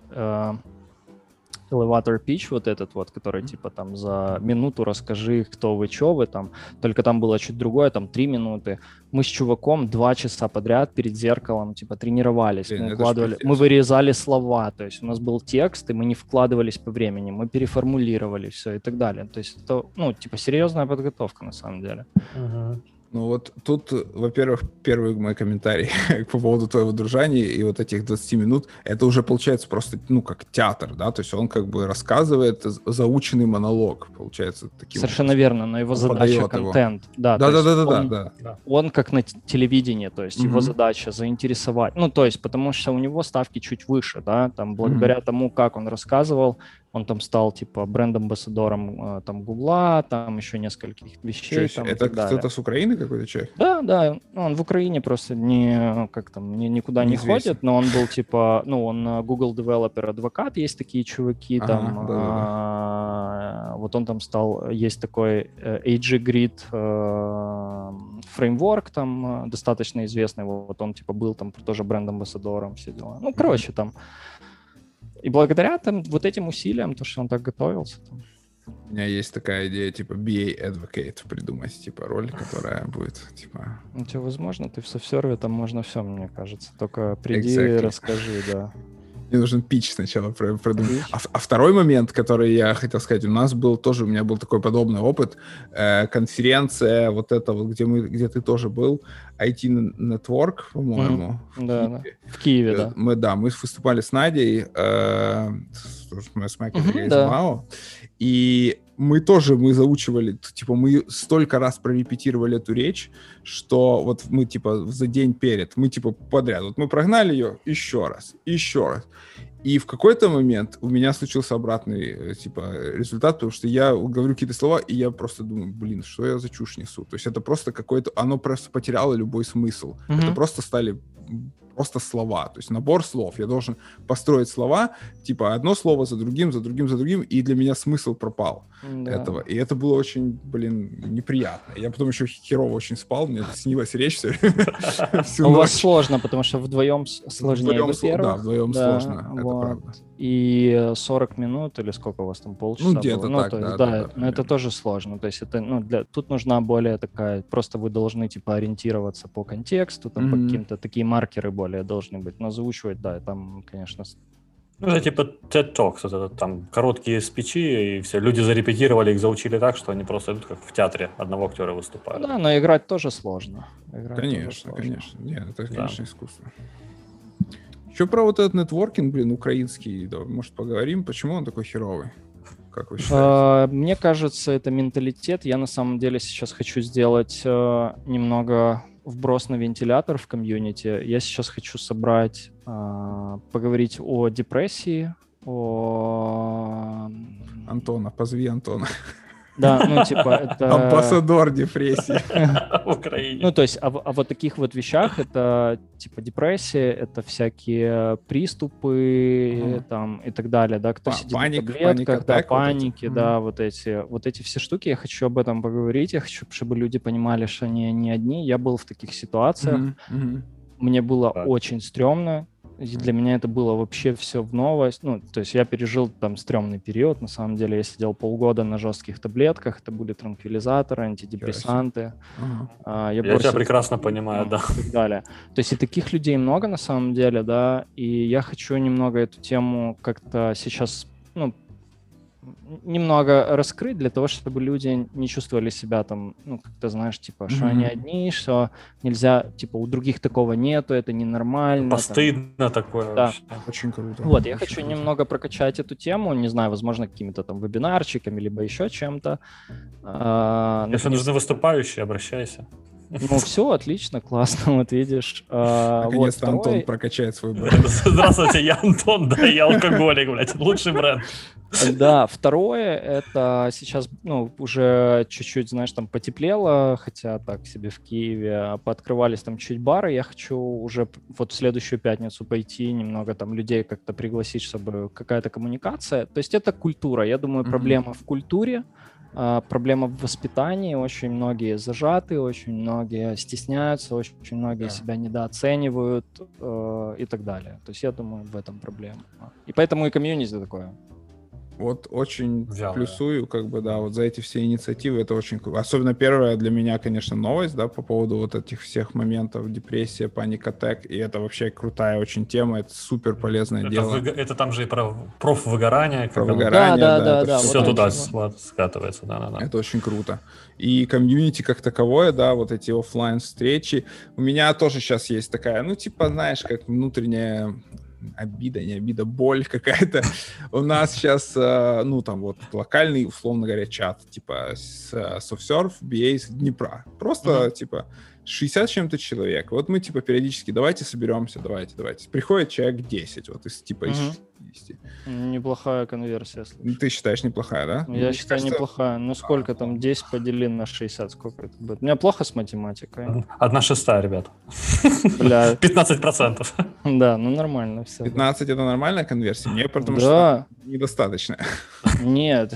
elevator pitch, вот этот вот, который, типа, там, за минуту расскажи, кто вы, что вы, там. Только там было чуть другое, там, 3 минуты. Мы с чуваком 2 часа подряд перед зеркалом, типа, тренировались. Мы вырезали слова, то есть у нас был текст, и мы не вкладывались по времени, мы переформулировали все и так далее. То есть это, ну, типа, серьезная подготовка, на самом деле.
Ну вот тут, во-первых, первый мой комментарий по поводу твоего дружания и вот этих 20 минут, это уже получается просто, ну, как театр, да, то есть он как бы рассказывает заученный монолог, получается. Таким
совершенно верно, но его задача контент. Да. Он как на телевидении, то есть его задача заинтересовать, ну, то есть потому что у него ставки чуть выше, да, там благодаря тому, как он рассказывал, он там стал, типа, бренд-амбассадором там Гугла, там еще нескольких вещей. Там,
это кто-то с Украины какой-то человек?
Да, он в Украине просто никуда не ходит, но он был, типа, ну, он Google Developer адвокат, есть такие чуваки, там, вот он там стал, есть такой AG Grid фреймворк, там, достаточно известный, вот он, типа, был там тоже бренд-амбассадором, все дела. Ну, короче, там. И благодаря там, вот этим усилиям, то, что он так готовился. Там.
У меня есть такая идея, типа, BA Advocate придумать, типа, роль, которая будет, типа...
Ну, тебе возможно, ты в софтсерве, там можно все, мне кажется. Только приди и расскажи, да.
Мне нужен питч сначала продумать. А второй момент, который я хотел сказать, у меня был такой подобный опыт. Конференция, вот это вот, где ты тоже был, IT Network, по-моему.
Да. В Киеве, да.
Мы выступали с Надей, с Макиной из МАО, и мы заучивали, типа, мы столько раз прорепетировали эту речь, что вот мы, типа, за день перед, мы, типа, подряд, вот мы прогнали ее еще раз. И в какой-то момент у меня случился обратный, типа, результат, потому что я говорю какие-то слова, и я просто думаю, блин, что я за чушь несу? То есть это просто оно просто потеряло любой смысл. Это просто стали слова, то есть набор слов. Я должен построить слова, типа одно слово за другим, и для меня смысл пропал этого. И это было очень, неприятно. Я потом еще херово очень спал, мне снилась речь все время.
У вас сложно, потому что вдвоем сложнее, во-первых.
Да, вдвоем сложно, это правда.
И 40 минут, или сколько у вас там, полчаса?
Ну, где-то
было?
так,
да. Но это тоже сложно. То есть это, тут нужна более такая, просто вы должны, типа, ориентироваться по контексту, там, по каким-то, такие маркеры более должны быть. Но заучивать, да, там, конечно...
Ну, это типа TED Talks, это там короткие спичи, и все, люди зарепетировали, их заучили так, что они просто идут как в театре одного актера выступают.
Да, но играть тоже сложно.
Конечно. Нет, это, конечно, искусство. Еще про вот этот нетворкинг, украинский, да, может, поговорим, почему он такой херовый? Как вы считаете?
Мне кажется, это менталитет. Я на самом деле сейчас хочу сделать немного вброс на вентилятор в комьюнити. Я сейчас хочу собрать, поговорить о депрессии,
Антона, позови Антона.
Да, ну типа это...
Амбассадор депрессии.
В Украине.
Ну то есть, а вот таких вот вещах это типа депрессия, это всякие приступы там и так далее, да, кто сидит на таблетках, да, паники, да, вот эти все штуки. Я хочу об этом поговорить, я хочу, чтобы люди понимали, что они не одни. Я был в таких ситуациях, мне было очень стрёмно. И для меня это было вообще все в новость. Ну, то есть я пережил там стрёмный период. На самом деле я сидел полгода на жестких таблетках. Это были транквилизаторы, антидепрессанты.
Я тебя прекрасно понимаю, да.
И так далее. То есть и таких людей много на самом деле, да. И я хочу немного эту тему как-то сейчас, ну, немного раскрыть для того, чтобы люди не чувствовали себя там, ну, как-то, знаешь, типа, что они одни, что нельзя, типа, у других такого нету, это ненормально.
Постыдно там. Такое
да.
вообще.
Очень круто.
Вот, я хочу немного прокачать эту тему, не знаю, возможно, какими-то там вебинарчиками, либо еще чем-то.
Если нужны выступающие, обращайся.
Ну, все, отлично, классно, вот видишь.
Наконец-то
вот
Антон прокачает свой бренд.
Здравствуйте, я Антон, да, я алкоголик, блядь, лучший бренд.
Да, второе, это сейчас, ну, уже чуть-чуть, знаешь, там потеплело, хотя так себе в Киеве, пооткрывались там чуть бары, я хочу уже вот в следующую пятницу пойти, немного там людей как-то пригласить, чтобы какая-то коммуникация, то есть это культура, я думаю, проблема в культуре, проблема в воспитании, очень многие зажаты, очень многие стесняются, очень многие себя недооценивают и так далее. То есть я думаю, в этом проблема. И поэтому и комьюнити такое.
Вот очень плюсую, как бы, да, вот за эти все инициативы, это очень круто. Особенно первая для меня, конечно, новость, да, по поводу вот этих всех моментов, депрессия, паника-атак, и это вообще крутая очень тема, это супер полезное дело.
Это там же и про профвыгорание.
Про выгорание,
да.
Все вот туда скатывается, да.
Это очень круто. И комьюнити как таковое, да, вот эти офлайн встречи. У меня тоже сейчас есть такая, ну, типа, знаешь, как внутренняя обида, не обида, боль какая-то. У нас сейчас, ну, там вот локальный, условно говоря, чат, типа SoftServe, BA из Днепра. Просто, типа, 60 с чем-то человек. Вот мы, типа, периодически, давайте соберемся, давайте. Приходит человек 10, вот из, типа, из 60.
Неплохая конверсия, слушай.
Ты считаешь неплохая, да?
Я считаю, неплохая. Ну, сколько там, 10 подели на 60, сколько это будет? У меня плохо с математикой.
1/6, ребят.
Бля.
15%.
Да, ну нормально все.
15 — это нормальная конверсия? Мне потому что недостаточно.
Нет,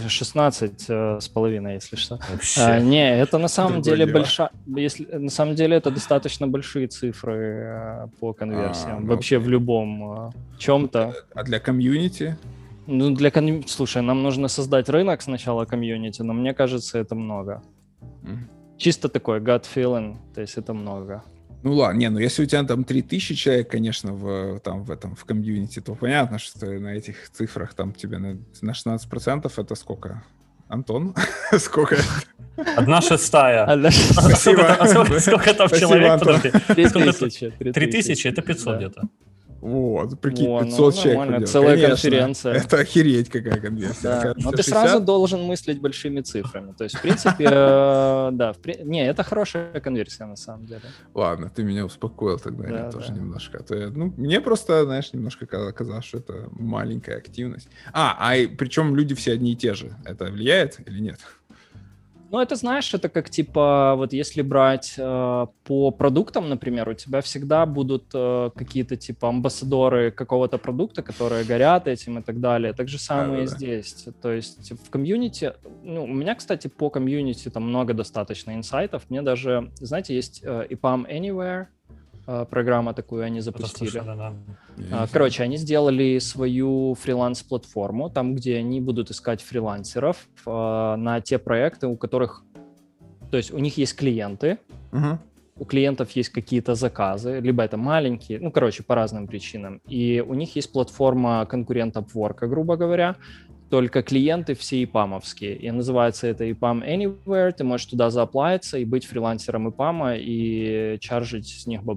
16,5, если что. Не, это на самом деле большая... На самом деле это достаточно большие цифры по конверсиям. Вообще в любом чем-то.
А для комьюнити?
Ну, слушай, нам нужно создать рынок сначала комьюнити, но мне кажется, это много. Чисто такой gut feeling, то есть это много.
Ну ладно, ну если у тебя там 3000 человек, конечно, в комьюнити, то понятно, что на этих цифрах там тебе на 16% это сколько? Антон? Сколько это?
1/6.
Спасибо.
Сколько там человек?
3000.
3000, это 500 где-то.
Вот, прикинь, 500 человек.
Целая конференция.
Это охереть какая конверсия.
Да. Но ты сразу должен мыслить большими цифрами. То есть, в принципе, да. Не, это хорошая конверсия на самом деле.
Ладно, ты меня успокоил тогда, я тоже немножко. Мне просто, знаешь, немножко казалось, что это маленькая активность. Причем люди все одни и те же. Это влияет или нет?
Ну, это, знаешь, это как, типа, вот если брать по продуктам, например, у тебя всегда будут какие-то, типа, амбассадоры какого-то продукта, которые горят этим и так далее. Так же самое и здесь. То есть в комьюнити, ну, у меня, кстати, по комьюнити там много достаточно инсайтов. Мне даже, знаете, есть EPAM Anywhere, программа такую они запустили. Короче, они сделали свою фриланс-платформу, там, где они будут искать фрилансеров на те проекты, у которых... То есть у них есть клиенты, у клиентов есть какие-то заказы, либо это маленькие, ну, короче, по разным причинам. И у них есть платформа конкурента Upwork, грубо говоря, только клиенты все ИПАМовские. И называется это EPAM Anywhere. Ты можешь туда зааплавиться и быть фрилансером ИПАМа и чаржить с них бабло.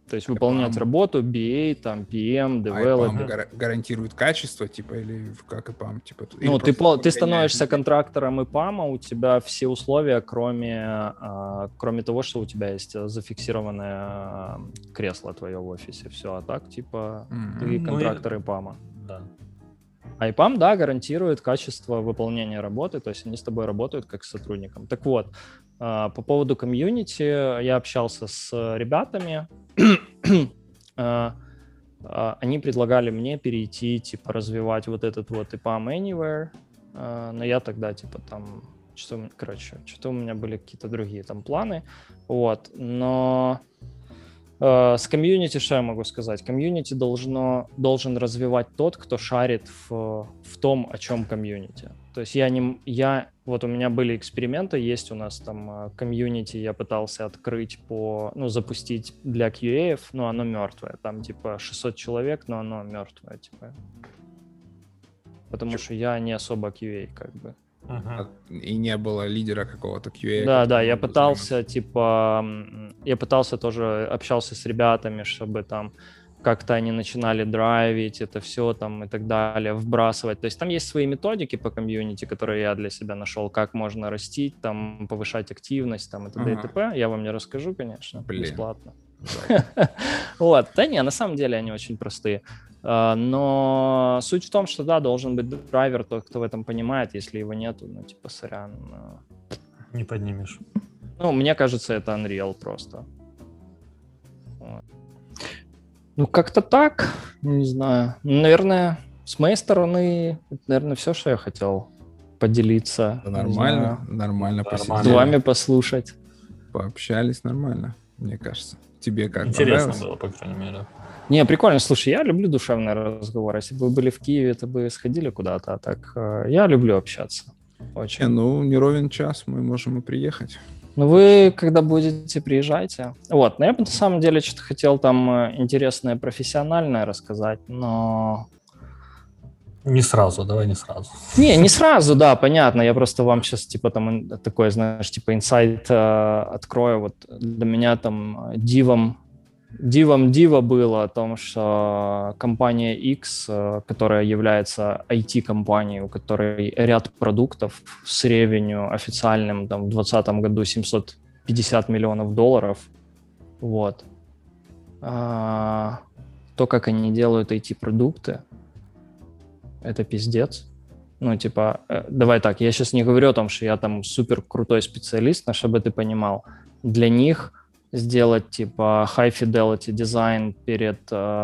То есть выполнять работу, BA, там, PM, developer.
IPAM гарантирует качество, типа, или как IPAM? Типа,
ну, ты становишься контрактором IPAM, у тебя все условия, кроме того, что у тебя есть зафиксированное кресло твое в офисе. Все, а так, типа, ты контрактор IPAM.
Да.
А IPAM, да, гарантирует качество выполнения работы, то есть они с тобой работают как с сотрудником. Так вот, по поводу комьюнити, я общался с ребятами, они предлагали мне перейти, типа, развивать вот этот вот IPAM Anywhere, но я тогда, типа, там, что-то у меня были какие-то другие там планы, вот, но с комьюнити, что я могу сказать? Комьюнити должен развивать тот, кто шарит в том, о чем комьюнити. То есть вот у меня были эксперименты, есть у нас там комьюнити, я пытался открыть запустить для QA, но оно мертвое. Там типа 600 человек, но оно мертвое, типа. Потому что я не особо QA, как бы.
И не было лидера какого-то QA.
Да, я пытался тоже, общался с ребятами, чтобы там как-то они начинали драйвить это все там и так далее, вбрасывать. То есть там есть свои методики по комьюнити, которые я для себя нашел, как можно растить, там, повышать активность, там, и т.д. и т.п. Я вам не расскажу, конечно, бесплатно. Вот, да не, на самом деле они очень простые. Но суть в том, что да, должен быть драйвер, тот, кто в этом понимает. Если его нету, ну типа сорян.
Не поднимешь.
Ну, мне кажется, это Unreal просто. Вот. Ну, как-то так, не знаю. Наверное, с моей стороны, это, наверное, все, что я хотел поделиться.
Нормально
с вами послушать.
Пообщались нормально, мне кажется. Тебе как?
Интересно было, по крайней мере.
Не, прикольно. Слушай, я люблю душевный разговор. Если бы вы были в Киеве, то бы сходили куда-то. А так я люблю общаться. Очень.
Не ровен час, мы можем и приехать.
Ну, вы, когда будете, приезжайте. Вот, но я бы на самом деле что-то хотел там интересное, профессиональное рассказать, но...
Не сразу, давай не сразу.
Не сразу, да, понятно. Я просто вам сейчас, типа, там, такой, знаешь, типа, инсайт открою. Вот для меня там дивом было о том, что компания X, которая является IT-компанией, у которой ряд продуктов с ревеню официальным там, в 2020 году $750 миллионов, вот. То, как они делают IT-продукты, это пиздец. Ну, типа, давай так, я сейчас не говорю о том, что я там супер крутой специалист, но чтобы ты понимал, для них сделать, типа, high-fidelity дизайн перед...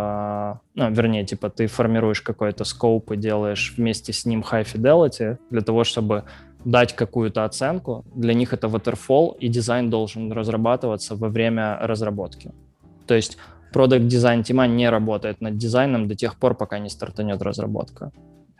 типа, ты формируешь какой-то скоуп и делаешь вместе с ним high-fidelity для того, чтобы дать какую-то оценку. Для них это waterfall, и дизайн должен разрабатываться во время разработки. То есть продакт-дизайн тима не работает над дизайном до тех пор, пока не стартанет разработка.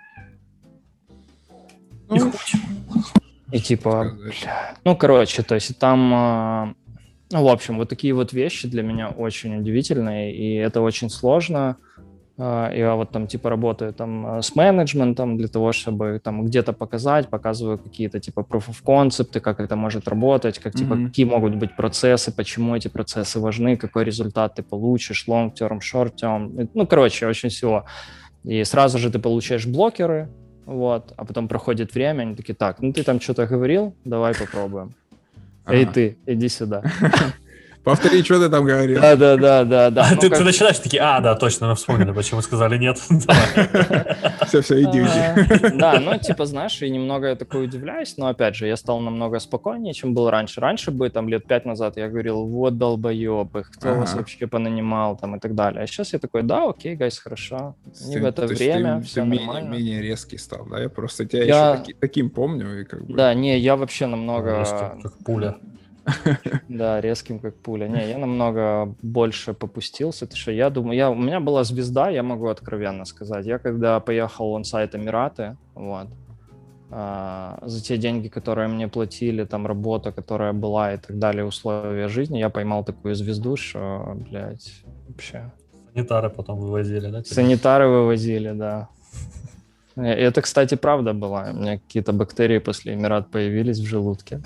И типа... то есть там... в общем, вот такие вот вещи для меня очень удивительные, и это очень сложно. Я вот там типа работаю там с менеджментом для того, чтобы там где-то показываю какие-то типа proof of concept, как это может работать, как типа какие могут быть процессы, почему эти процессы важны, какой результат ты получишь, long term, short term. Ну, очень всего. И сразу же ты получаешь блокеры, вот, а потом проходит время, они такие, так, ну ты там что-то говорил, давай попробуем. Эй, ты, иди сюда.
Повтори, что ты там говорил.
Да.
Ты начинаешь такие, да, точно, мы вспомнили, почему сказали нет.
Все, иди.
Да, ну, типа, знаешь, и немного я такой удивляюсь, но, опять же, я стал намного спокойнее, чем был раньше. Раньше бы, там, лет 5 назад я говорил, вот долбоебы, кто вас вообще понанимал, там, и так далее. А сейчас я такой, да, окей, гайс, хорошо. Не в это время, все нормально.
Менее резкий стал, да? Я просто тебя еще таким помню. И как бы...
Да, не, я вообще намного...
Как пуля.
Да, резким как пуля. Не, я намного больше попустился. Потому что я думаю, у меня была звезда, я могу откровенно сказать. Я когда поехал в онсайт Эмираты, вот, за те деньги, которые мне платили, там работа, которая была и так далее, условия жизни, я поймал такую звезду, что, блядь, вообще.
Санитары потом вывозили, да?
Санитары вывозили, да. Это, кстати, правда была. У меня какие-то бактерии после Эмират появились в желудке.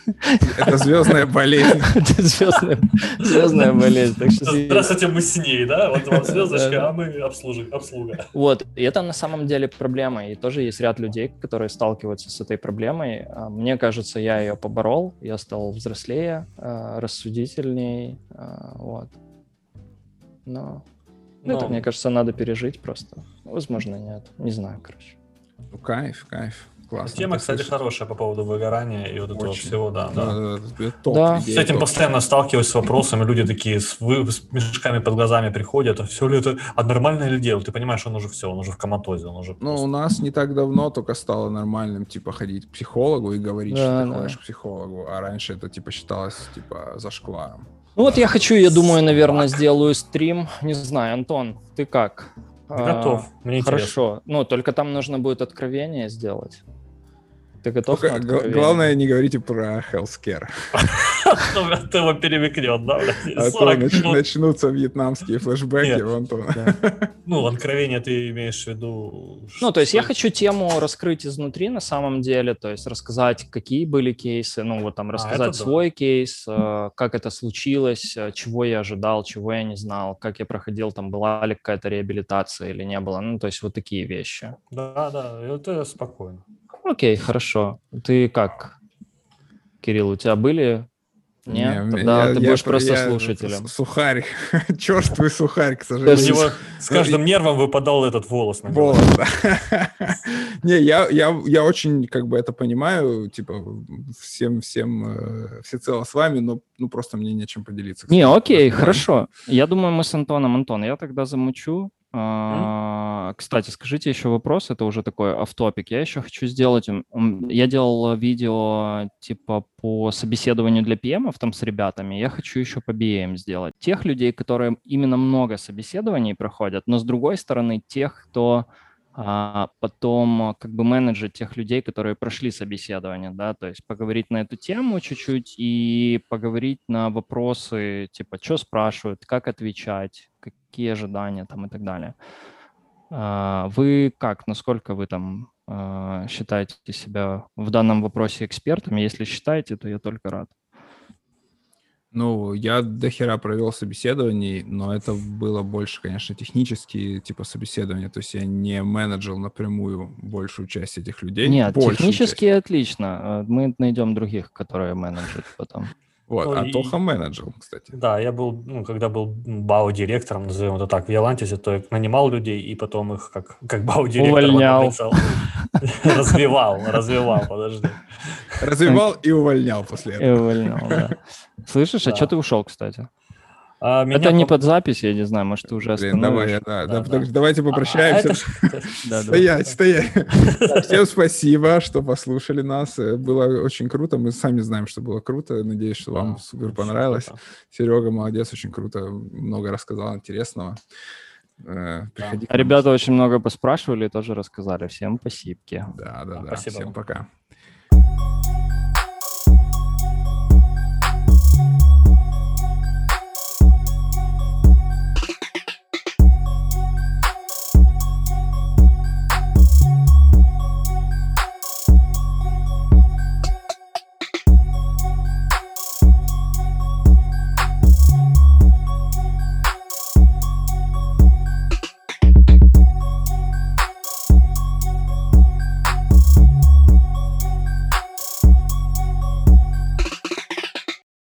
Это звездная болезнь.
Звездная болезнь.
Здравствуйте, мы с ней, да? Вот вам звездочка, а мы обслуга.
Вот, и это на самом деле проблема. И тоже есть ряд людей, которые сталкиваются с этой проблемой. Мне кажется, я ее поборол. Я стал взрослее, рассудительней. Вот. Но это, мне кажется, надо пережить просто. Возможно, нет. Не знаю, короче.
Ну, кайф. Классно.
Тема, кстати, хорошая по поводу выгорания и вот этого всего, да.
Да.
С этим постоянно сталкиваюсь с вопросами, люди такие с мешками под глазами приходят, а все ли это, а нормально ли дело? Ты понимаешь, он уже все, он уже в коматозе, он уже
просто... у нас не так давно только стало нормальным, типа, ходить к психологу и говорить, что ты ходишь к психологу, а раньше это, типа, считалось, типа, зашкваром.
Ну вот я думаю, наверное, сделаю стрим. Не знаю, Антон, ты как?
Готов, мне
хорошо.
интересно.
Только там нужно будет откровение сделать. Ты готов?
Главное, не говорите про healthcare.
Ты его перемекнет, да?
А то начнутся вьетнамские флешбеки в Антона.
Ну, откровение ты имеешь в виду...
Ну, то есть я хочу тему раскрыть изнутри на самом деле, то есть рассказать, какие были кейсы, ну, вот там рассказать свой кейс, как это случилось, чего я ожидал, чего я не знал, как я проходил, там, была ли какая-то реабилитация или не было, ну, то есть вот такие вещи.
Да, это спокойно.
Окей, хорошо. Ты как, Кирилл, у тебя были? Нет? Тогда ты будешь просто слушателем.
Сухарь. Черствый сухарь, к сожалению.
У него с каждым нервом выпадал этот волос.
Волос, да. Не, я очень как бы это понимаю, типа всецело с вами, но ну просто мне нечем поделиться.
Не, окей, хорошо. Я думаю, мы с Антоном. Антон, я тогда замучу. Кстати, скажите еще вопрос, это уже такой офф-топик. Я еще хочу сделать, я делал видео типа по собеседованию для PM-ов там с ребятами, я хочу еще по BM сделать. Тех людей, которые именно много собеседований проходят, но с другой стороны тех, кто потом как бы менеджер тех людей, которые прошли собеседование, да, то есть поговорить на эту тему чуть-чуть и поговорить на вопросы, типа, что спрашивают, как отвечать, какие ожидания там и так далее. Вы как, насколько вы там считаете себя в данном вопросе экспертом? Если считаете, то я только рад.
Ну, я дохера провел собеседований, но это было больше, конечно, технические типа собеседования, то есть я не менеджил напрямую большую часть этих людей.
Нет, технически отлично. Мы найдем других, которые менеджерят потом.
Вот, а Тоха менеджер, кстати.
Да, я был, когда был БАУ-директором, назовем это так, в Ялантисе, то я нанимал людей и потом их как БАУ-директор
увольнял.
Развивал, подожди.
Развивал и увольнял после этого.
И увольнял, да. Слышишь, а что ты ушел, кстати? Это не под запись, я не знаю, может, ты уже остановишь.
Давайте попрощаемся. Стоять. Всем спасибо, что послушали нас. Было очень круто. Мы сами знаем, что было круто. Надеюсь, что вам супер понравилось. Серега молодец, очень круто. Много рассказал интересного.
Ребята очень много поспрашивали и тоже рассказали. Всем спасибо.
Да. Всем пока.